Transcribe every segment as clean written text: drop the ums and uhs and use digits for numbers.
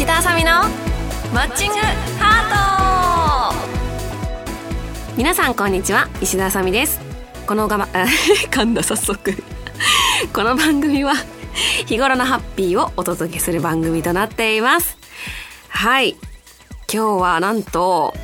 石田あさみのマッチングハート。皆さんこんにちは、石田あさみです。この噛んだ早速この番組は日頃のハッピーをお届けする番組となっています。はい、今日はなんと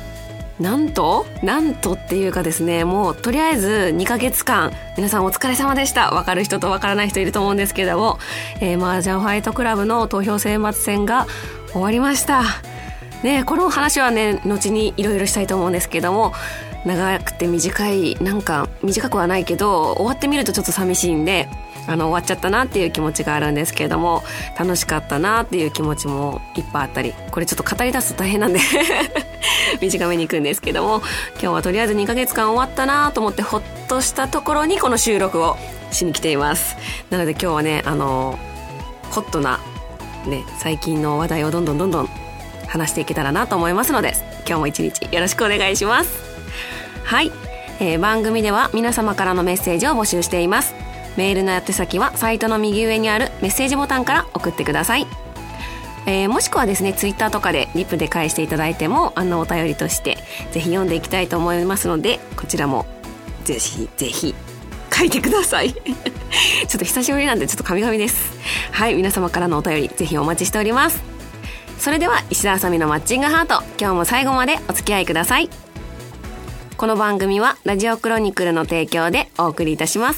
っていうかですね、もうとりあえず2ヶ月間皆さんお疲れ様でした。わかる人とわからない人いると思うんですけれども、麻雀ファイトクラブの投票選抜戦が終わりましたね。この話はね後にいろいろしたいと思うんですけども、長くて短くはないけど終わってみるとちょっと寂しいんで、終わっちゃったなっていう気持ちがあるんですけれども、楽しかったなっていう気持ちもいっぱいあったり、これちょっと語り出すと大変なんで短めに行くんですけども、今日はとりあえず2ヶ月間終わったなと思ってほっとしたところにこの収録をしに来ています。なので今日はねホットなね最近の話題をどんどん話していけたらなと思いますので、今日も一日よろしくお願いします。はい、番組では皆様からのメッセージを募集しています。メールの宛先はサイトの右上にあるメッセージボタンから送ってください。もしくはですねツイッターとかでリプで返していただいてもお便りとしてぜひ読んでいきたいと思いますので、こちらもぜひ書いてくださいちょっと久しぶりなんでちょっとカミカミです。はい、皆様からのお便りぜひお待ちしております。それでは石田あさみのマッチングハート、今日も最後までお付き合いください。この番組はラジオクロニクルの提供でお送りいたします。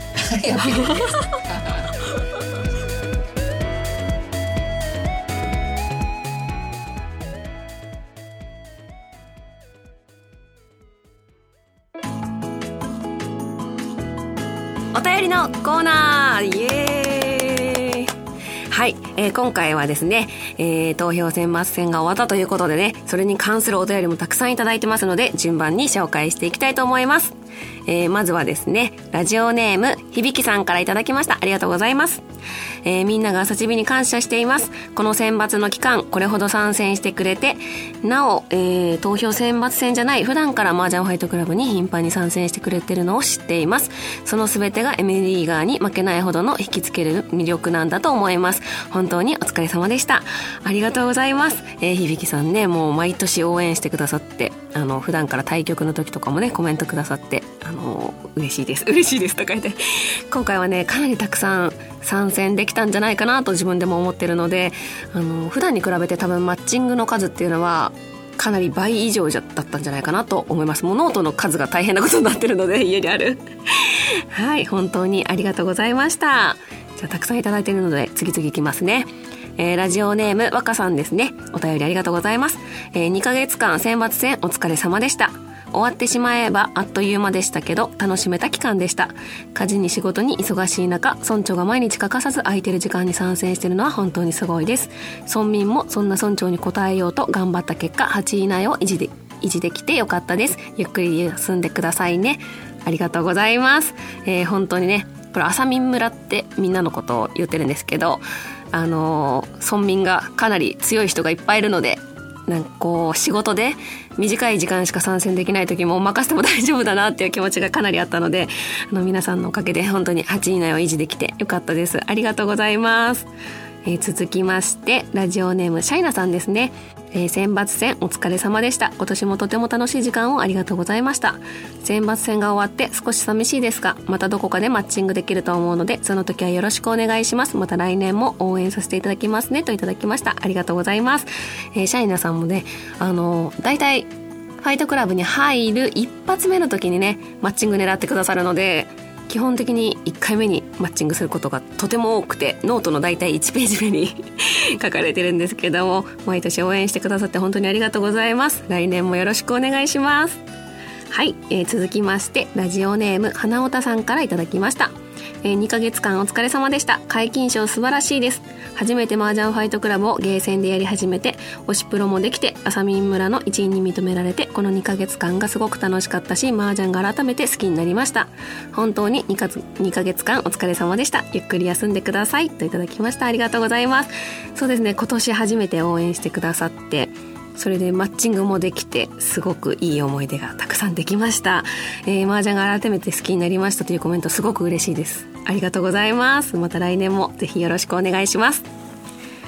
お便りのコーナー、イエーイ。はい、今回はですね、投票選抜戦が終わったということでね、それに関するお便りもたくさんいただいてますので順番に紹介していきたいと思います。まずはですね、ラジオネーム響さんからいただきました。ありがとうございます。みんなが朝チビに感謝しています。この選抜の期間これほど参戦してくれて、なお、投票選抜戦じゃない普段から麻雀ファイトクラブに頻繁に参戦してくれてるのを知っています。その全てが M リーガーに負けないほどの引きつける魅力なんだと思います。本当にお疲れ様でした。ありがとうございます。響さんね、もう毎年応援してくださって、普段から対局の時とかもねコメントくださって、嬉しいですと書いて、今回はねかなりたくさん参戦できたんじゃないかなと自分でも思ってるので、普段に比べて多分マッチングの数っていうのはかなり倍以上だったんじゃないかなと思います。もうノートの数が大変なことになってるので家にあるはい、本当にありがとうございました。じゃあたくさんいただいているので次々いきますね。ラジオネーム若さんですね、お便りありがとうございます。2ヶ月間選抜戦お疲れ様でした。終わってしまえばあっという間でしたけど楽しめた期間でした。家事に仕事に忙しい中、村長が毎日欠かさず空いてる時間に参戦しているのは本当にすごいです。村民もそんな村長に応えようと頑張った結果8位以内を維持できてよかったです。ゆっくり休んでくださいね。ありがとうございます。本当にね、これあさみん村ってみんなのことを言ってるんですけど、村民がかなり強い人がいっぱいいるので、なんかこう仕事で短い時間しか参戦できない時も任せても大丈夫だなっていう気持ちがかなりあったので、皆さんのおかげで本当に8位以内を維持できてよかったです。ありがとうございます。続きましてラジオネームシャイナさんですね。選抜戦お疲れ様でした。今年もとても楽しい時間をありがとうございました。選抜戦が終わって少し寂しいですが、またどこかでマッチングできると思うので、その時はよろしくお願いします。また来年も応援させていただきますねといただきました。ありがとうございます。シャイナさんもね、だいたいファイトクラブに入る一発目の時にねマッチング狙ってくださるので、基本的に1回目にマッチングすることがとても多くて、ノートのだいたい1ページ目に書かれてるんですけども、毎年応援してくださって本当にありがとうございます。来年もよろしくお願いします。はい、続きましてラジオネーム花尾田さんからいただきました。2ヶ月間お疲れ様でした。皆勤賞素晴らしいです。初めて麻雀ファイトクラブをゲーセンでやり始めて、推しプロもできて、あさみん村の一員に認められて、この2ヶ月間がすごく楽しかったし、麻雀が改めて好きになりました。本当に2ヶ月間お疲れ様でした。ゆっくり休んでくださいといただきました。ありがとうございます。そうですね、今年初めて応援してくださって、それでマッチングもできてすごくいい思い出がたくさんできました。麻雀が改めて好きになりましたというコメントすごく嬉しいです。ありがとうございます。また来年もぜひよろしくお願いします。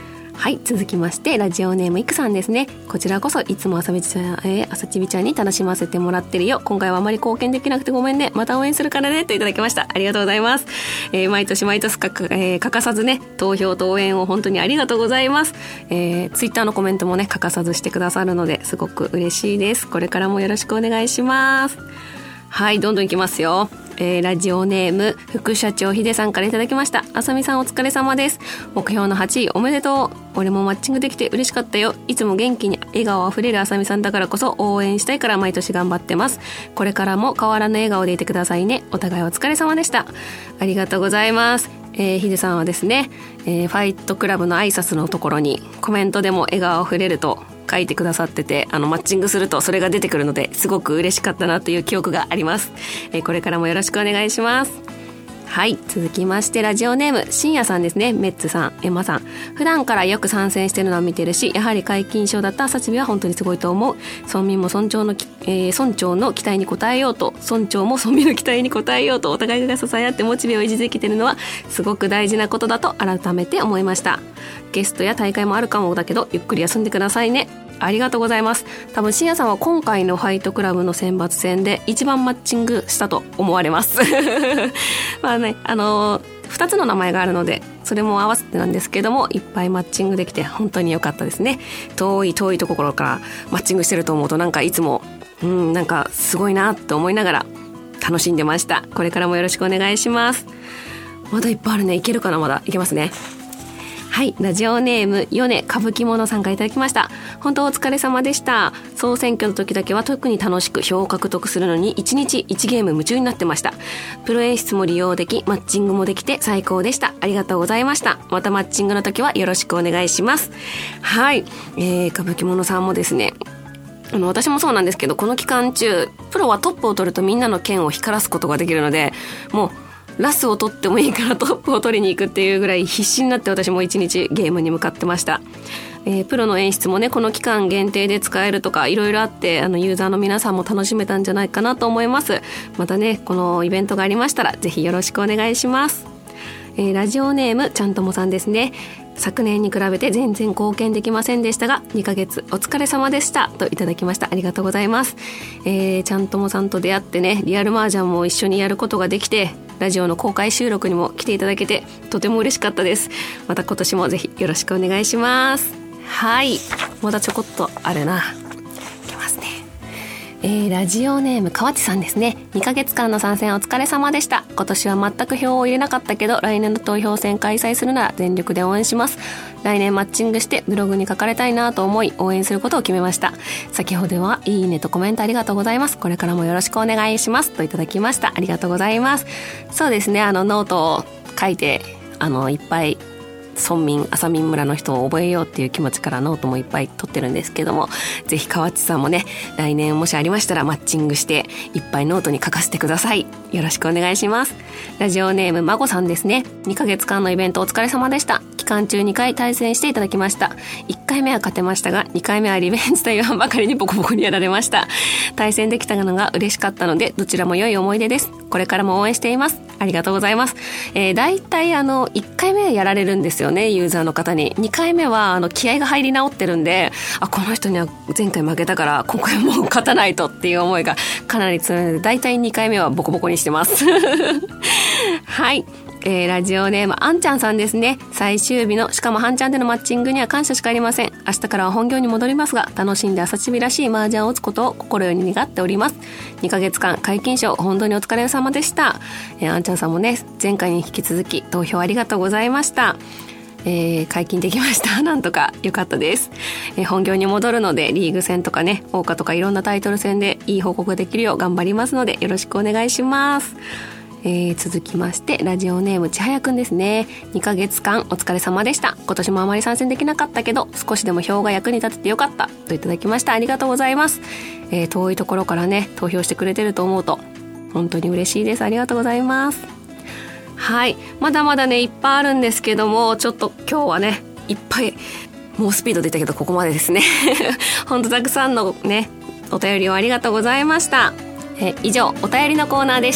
はい、続きましてラジオネームいくさんですね。こちらこそいつも朝ちびちゃんに楽しませてもらってるよ。今回はあまり貢献できなくてごめんね。また応援するからねといただきました。ありがとうございます。毎年欠かさずね投票と応援を本当にありがとうございます。ツイッターのコメントもね欠かさずしてくださるのですごく嬉しいです。これからもよろしくお願いします。はい、どんどんいきますよ。ラジオネーム副社長ひでさんからいただきました。あさみさんお疲れ様です。目標の8位おめでとう。俺もマッチングできて嬉しかったよ。いつも元気に笑顔あふれるあさみさんだからこそ応援したいから毎年頑張ってます。これからも変わらぬ笑顔でいてくださいね。お互いお疲れ様でした。ありがとうございます。ひでさんはですね、ファイトクラブの挨拶のところにコメントでも笑顔あふれると書いてくださってて、マッチングするとそれが出てくるのですごく嬉しかったなという記憶があります。これからもよろしくお願いします。はい、続きましてラジオネーム深夜さんですね。メッツさん、エマさん、普段からよく参戦してるのは見てるし、やはり解禁賞だった朝チビは本当にすごいと思う。村民も村長の期待に応えようと、村長も村民の期待に応えようとお互いが支え合ってモチベを維持できてるのはすごく大事なことだと改めて思いました。ゲストや大会もあるかもだけどゆっくり休んでくださいね。ありがとうございます。多分深夜さんは今回のファイトクラブの選抜戦で一番マッチングしたと思われますまあね、2つの名前があるのでそれも合わせてなんですけども、いっぱいマッチングできて本当に良かったですね。遠いところからマッチングしてると思うとなんかいつもなんかすごいなって思いながら楽しんでました。これからもよろしくお願いします。まだいっぱいあるね。いけるかな。まだいけますね。はい、ラジオネームヨネ歌舞伎者さんからいただきました。本当お疲れ様でした。総選挙の時だけは特に楽しく票を獲得するのに1日1ゲーム夢中になってました。プロ演出も利用できマッチングもできて最高でした。ありがとうございました。またマッチングの時はよろしくお願いします。はい、歌舞伎者さんもですね、私もそうなんですけど、この期間中プロはトップを取るとみんなの剣を光らすことができるので、もうラスを取ってもいいからトップを取りに行くっていうぐらい必死になって私も一日ゲームに向かってました。プロの演出もねこの期間限定で使えるとかいろいろあって、ユーザーの皆さんも楽しめたんじゃないかなと思います。またねこのイベントがありましたらぜひよろしくお願いします。ラジオネームちゃんともさんですね。昨年に比べて全然貢献できませんでしたが2ヶ月お疲れ様でしたといただきました。ありがとうございます。ちゃんともさんと出会ってねリアル麻雀も一緒にやることができて、ラジオの公開収録にも来ていただけてとても嬉しかったです。また今年もぜひよろしくお願いします。はい、まだちょこっとあるな。いきますね。ラジオネームかわちさんですね。2ヶ月間の参戦お疲れ様でした。今年は全く票を入れなかったけど来年の投票戦開催するなら全力で応援します。来年マッチングしてブログに書かれたいなと思い応援することを決めました。先ほどはいいねとコメントありがとうございます。これからもよろしくお願いしますといただきました。ありがとうございます。そうですね、ノートを書いていっぱい村民朝民村の人を覚えようっていう気持ちからノートもいっぱい取ってるんですけども、ぜひ河内さんもね来年もしありましたらマッチングしていっぱいノートに書かせてください。よろしくお願いします。ラジオネームまごさんですね。2ヶ月間のイベントお疲れ様でした。期間中2回対戦していただきました。1回目は勝てましたが2回目はリベンジと言わんばかりにボコボコにやられました。対戦できたのが嬉しかったのでどちらも良い思い出です。これからも応援しています。ありがとうございます。だいたい1回目はやられるんですよね、ユーザーの方に。2回目は気合が入り直ってるんで、この人には前回負けたから今回も勝たないとっていう思いがかなり強いので、だいたい2回目はボコボコにしてますはい、ラジオネームあんちゃんさんですね。最終日のしかも半チャンでのマッチングには感謝しかありません。明日からは本業に戻りますが楽しんで朝チビらしい麻雀を打つことを心より願っております。2ヶ月間解禁賞本当にお疲れ様でした。あんちゃんさんもね前回に引き続き投票ありがとうございました。解禁できました。なんとか良かったです。本業に戻るのでリーグ戦とかね桜花とかいろんなタイトル戦でいい報告できるよう頑張りますのでよろしくお願いします。続きましてラジオネームちはやくんですね。2ヶ月間お疲れ様でした。今年もあまり参戦できなかったけど少しでも票が役に立ててよかったといただきました。ありがとうございます。遠いところからね投票してくれてると思うと本当に嬉しいです。ありがとうございます。はい、まだまだねいっぱいあるんですけども、ちょっと今日はねいっぱい猛スピード出たけどここまでですね本当たくさんのねお便りをありがとうございました。以上お便りのコーナーでした。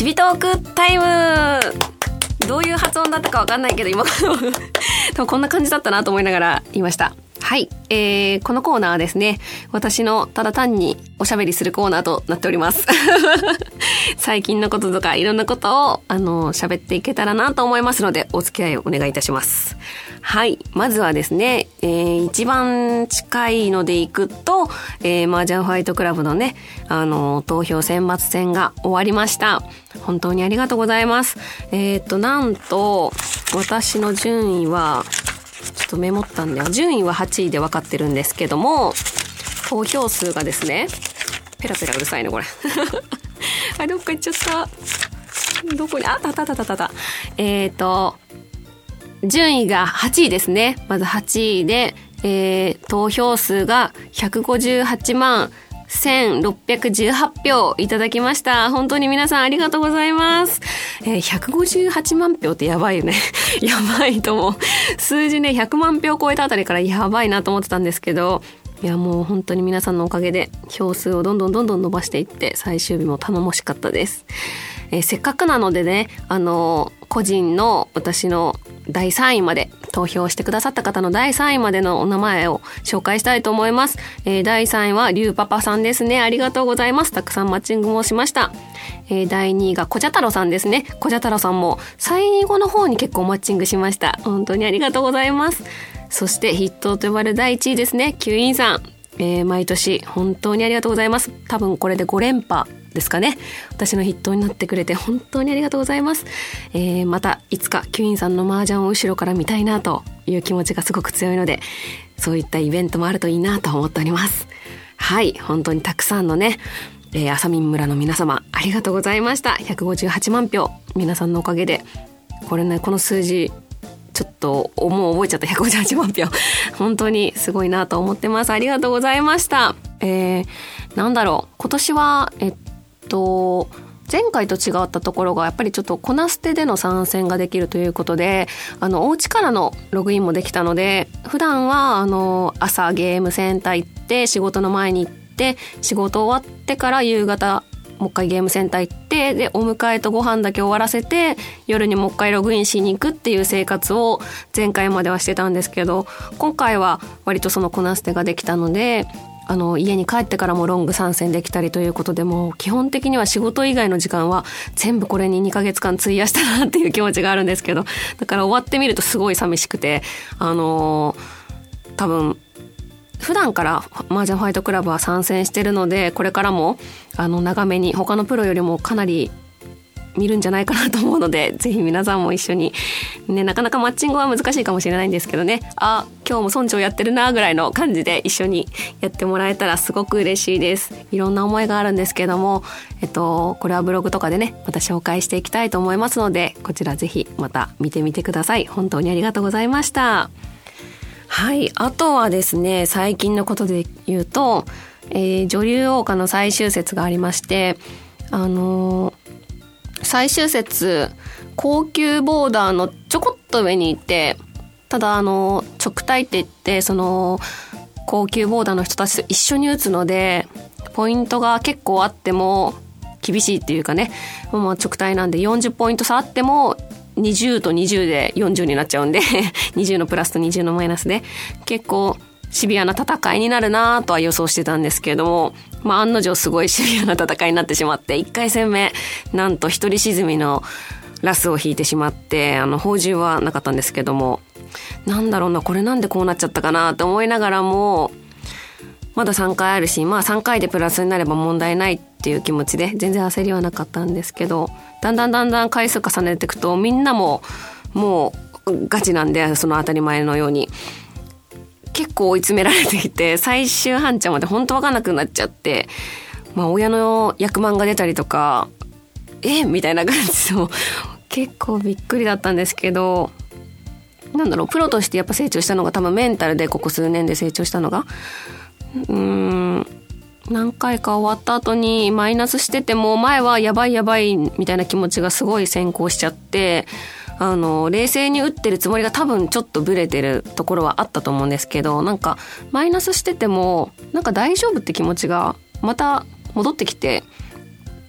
ちびトークタイム。どういう発音だったかわかんないけど、今多分こんな感じだったなと思いながら言いました。はい、このコーナーはですね、私のただ単におしゃべりするコーナーとなっております最近のこととかいろんなことを喋っていけたらなと思いますので、お付き合いをお願いいたします。はい、まずはですね、一番近いのでいくと、麻雀ファイトクラブのね、投票選抜戦が終わりました。本当にありがとうございます。なんと私の順位はちょっとメモったんで、順位は8位で分かってるんですけども、投票数がですね、ペラペラうるさいねこれあ、どっか行っちゃった。どこにあった。順位が8位ですね。まず8位で、投票数が158万1618票いただきました。本当に皆さんありがとうございます。158万票ってやばいよねやばいと思う。数字ね、100万票超えたあたりからやばいなと思ってたんですけど、いやもう本当に皆さんのおかげで票数をどんどん伸ばしていって、最終日も頼もしかったです。せっかくなのでね、個人の私の第3位まで投票してくださった方の第3位までのお名前を紹介したいと思います。第3位はリュウパパさんですね。ありがとうございます。たくさんマッチングもしました。第2位がコジャ太郎さんですね。コジャ太郎さんも最後の方に結構マッチングしました。本当にありがとうございます。そして筆頭と呼ばれる第1位ですね。キュインさん、毎年本当にありがとうございます。多分これで5連覇ですかね。私の筆頭になってくれて本当にありがとうございます。またいつかキュインさんの麻雀を後ろから見たいなという気持ちがすごく強いので、そういったイベントもあるといいなと思っております。はい、本当にたくさんのね、あさみん村の皆様ありがとうございました。158万票、皆さんのおかげで、これね、この数字ちょっともう覚えちゃった。158万票本当にすごいなと思ってます。ありがとうございました。なんだろう、今年は前回と違ったところがやっぱりちょっとコナステでの参戦ができるということで、お家からのログインもできたので、普段は朝ゲームセンター行って仕事の前に行って、仕事終わってから夕方もう一回ゲームセンター行って、でお迎えとご飯だけ終わらせて夜にもう一回ログインしに行くっていう生活を前回まではしてたんですけど、今回は割とそのコナステができたので、家に帰ってからもロング参戦できたりということで、もう基本的には仕事以外の時間は全部これに2ヶ月間費やしたなっていう気持ちがあるんですけど、だから終わってみるとすごい寂しくて、多分普段から麻雀ファイトクラブは参戦してるので、これからも長めに他のプロよりもかなり見るんじゃないかなと思うので、ぜひ皆さんも一緒にね、なかなかマッチングは難しいかもしれないんですけどね、今日も村長やってるなぐらいの感じで一緒にやってもらえたらすごく嬉しいです。いろんな思いがあるんですけども、これはブログとかでねまた紹介していきたいと思いますので、こちらぜひまた見てみてください。本当にありがとうございました。はい、あとはですね、最近のことで言うと、女流王家の最終節がありまして、最終節高級ボーダーのちょこっと上にいて、ただ直対って言ってその高級ボーダーの人たちと一緒に打つので、ポイントが結構あっても厳しいっていうかね、直対なんで40ポイント差あっても20と20で40になっちゃうんで20のプラスと20のマイナスで結構シビアな戦いになるなとは予想してたんですけれども、案の定すごいシビアな戦いになってしまって、1回戦目なんと一人沈みのラスを引いてしまって、宝珠はなかったんですけども、なんだろうな、これなんでこうなっちゃったかなと思いながらも、まだ3回あるし、3回でプラスになれば問題ないっていう気持ちで全然焦りはなかったんですけど、だんだん回数重ねていくとみんなももうガチなんで、その当たり前のように結構追い詰められてきて、最終半チャンまで本当分かんなくなっちゃって、親の役満が出たりとかみたいな感じの結構びっくりだったんですけど、なんだろう、プロとしてやっぱ成長したのが多分メンタルで、ここ数年で成長したのが何回か終わった後にマイナスしてても、前はやばいみたいな気持ちがすごい先行しちゃって、冷静に打ってるつもりが多分ちょっとブレてるところはあったと思うんですけど、なんかマイナスしててもなんか大丈夫って気持ちがまた戻ってきて、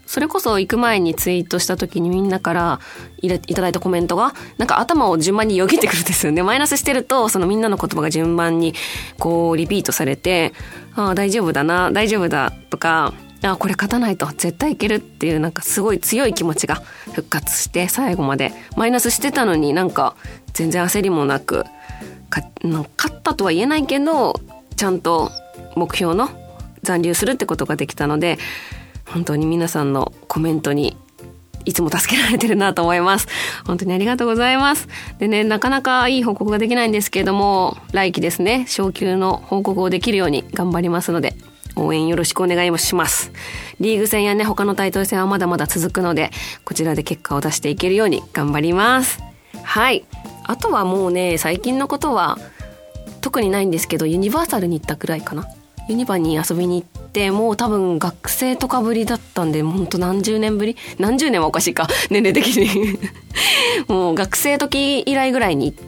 それこそ行く前にツイートした時にみんなからいただいたコメントがなんか頭を順番によぎってくるんですよね。マイナスしてるとそのみんなの言葉が順番にこうリピートされて、ああ大丈夫だな、大丈夫だとか、ああこれ勝たないと絶対いけるっていうなんかすごい強い気持ちが復活して、最後までマイナスしてたのになんか全然焦りもなく勝ったとは言えないけどちゃんと目標の残留するってことができたので、本当に皆さんのコメントにいつも助けられてるなと思います。本当にありがとうございます。でね、なかなかいい報告ができないんですけれども、来期ですね、昇級の報告をできるように頑張りますので、応援よろしくお願いします。リーグ戦やね、他のタイトル戦はまだまだ続くので、こちらで結果を出していけるように頑張ります。はい。あとはもうね、最近のことは特にないんですけど、ユニバーサルに行ったくらいかな。ユニバに遊びに行って、もう多分学生とかぶりだったんで、ほんと何十年ぶり、何十年はおかしいか、年齢的にもう学生時以来ぐらいに行って、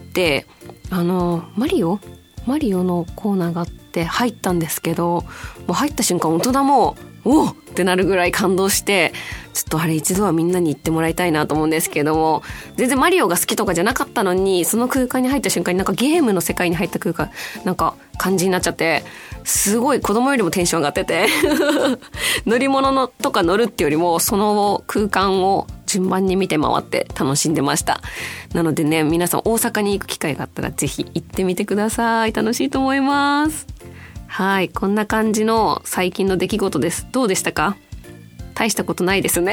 マリオのコーナーがあって入ったんですけど、もう入った瞬間大人もおーってなるぐらい感動して、ちょっとあれ一度はみんなに行ってもらいたいなと思うんですけども、全然マリオが好きとかじゃなかったのに、その空間に入った瞬間になんかゲームの世界に入った空間、なんか感じになっちゃって、すごい子供よりもテンション上がってて乗り物のとか乗るってよりもその空間を順番に見て回って楽しんでました。なのでね、皆さん大阪に行く機会があったらぜひ行ってみてください。楽しいと思います。はい、こんな感じの最近の出来事です。どうでしたか？大したことないですね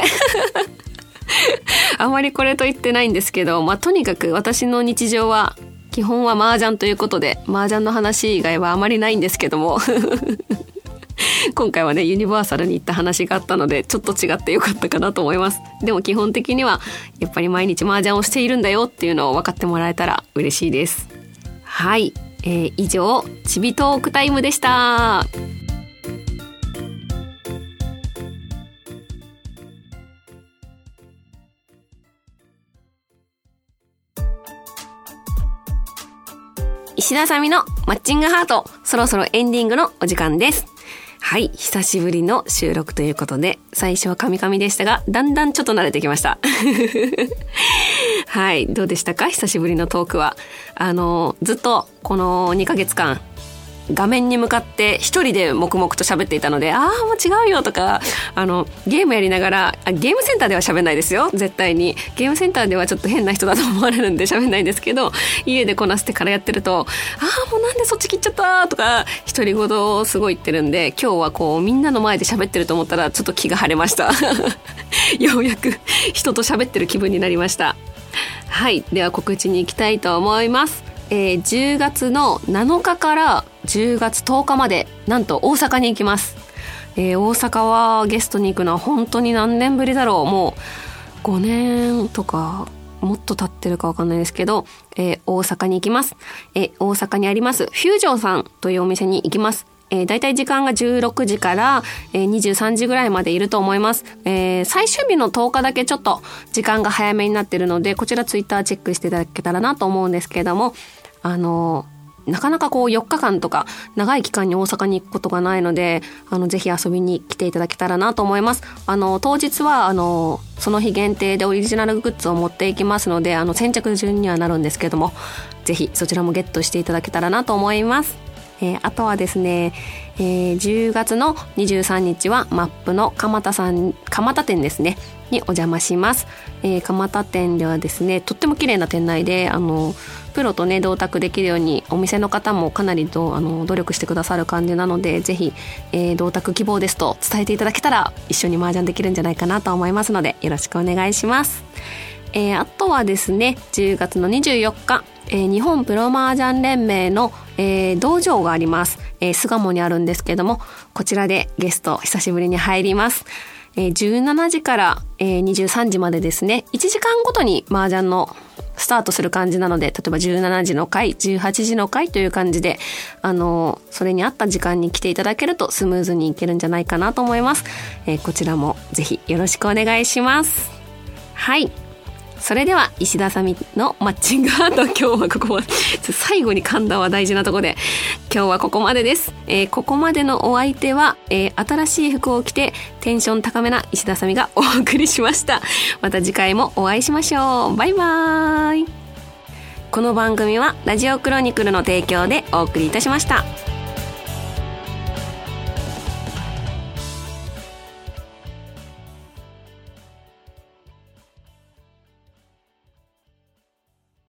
あまりこれと言ってないんですけど、とにかく私の日常は基本は麻雀ということで、麻雀の話以外はあまりないんですけども今回はね、ユニバーサルに行った話があったのでちょっと違ってよかったかなと思います。でも基本的にはやっぱり毎日麻雀をしているんだよっていうのを分かってもらえたら嬉しいです。はい、以上ちびトークタイムでした。石田さみのマッチングハート、そろそろエンディングのお時間です。はい、久しぶりの収録ということで、最初はカミカミでしたが、だんだんちょっと慣れてきましたはい、どうでしたか？久しぶりのトークは。ずっとこの2ヶ月間画面に向かって一人で黙々と喋っていたので、もう違うよとか、ゲームやりながら、ゲームセンターでは喋んないですよ、絶対に。ゲームセンターではちょっと変な人だと思われるんで喋んないんですけど、家でこなしてからやってると、もうなんでそっち切っちゃったとか独り言をすごい言ってるんで、今日はこうみんなの前で喋ってると思ったらちょっと気が晴れましたようやく人と喋ってる気分になりました。はい、では告知に行きたいと思います。10月の7日から10月10日までなんと大阪に行きます。大阪はゲストに行くのは本当に何年ぶりだろう。もう5年とかもっと経ってるかわかんないですけど、大阪に行きます。大阪にありますフュージョンさんというお店に行きます。だいたい時間が16時から、23時ぐらいまでいると思います。最終日の10日だけちょっと時間が早めになってるので、こちらツイッターチェックしていただけたらなと思うんですけれども、なかなかこう4日間とか長い期間に大阪に行くことがないので、ぜひ遊びに来ていただけたらなと思います。当日はその日限定でオリジナルグッズを持っていきますので、先着順にはなるんですけども、ぜひそちらもゲットしていただけたらなと思います。あとはですね、10月の23日はマップの蒲田店ですねにお邪魔します。蒲田店ではですね、とっても綺麗な店内でプロとね同卓できるようにお店の方もかなり努力してくださる感じなので、ぜひ、同卓希望ですと伝えていただけたら一緒に麻雀できるんじゃないかなと思いますので、よろしくお願いします。あとはですね、10月の24日、日本プロ麻雀連盟の、道場があります。巣鴨にあるんですけども、こちらでゲスト久しぶりに入ります。17時から、23時までですね、1時間ごとに麻雀のスタートする感じなので、例えば17時の回、18時の回という感じで、それに合った時間に来ていただけるとスムーズにいけるんじゃないかなと思います。こちらもぜひよろしくお願いします。はい。 それでは石田さみのマッチングアート、今日はここまで。最後に噛んだは大事なとこで、今日はここまでです。ここまでのお相手は、新しい服を着てテンション高めな石田さみがお送りしました。また次回もお会いしましょう。バイバーイ。この番組はラジオクロニクルの提供でお送りいたしました。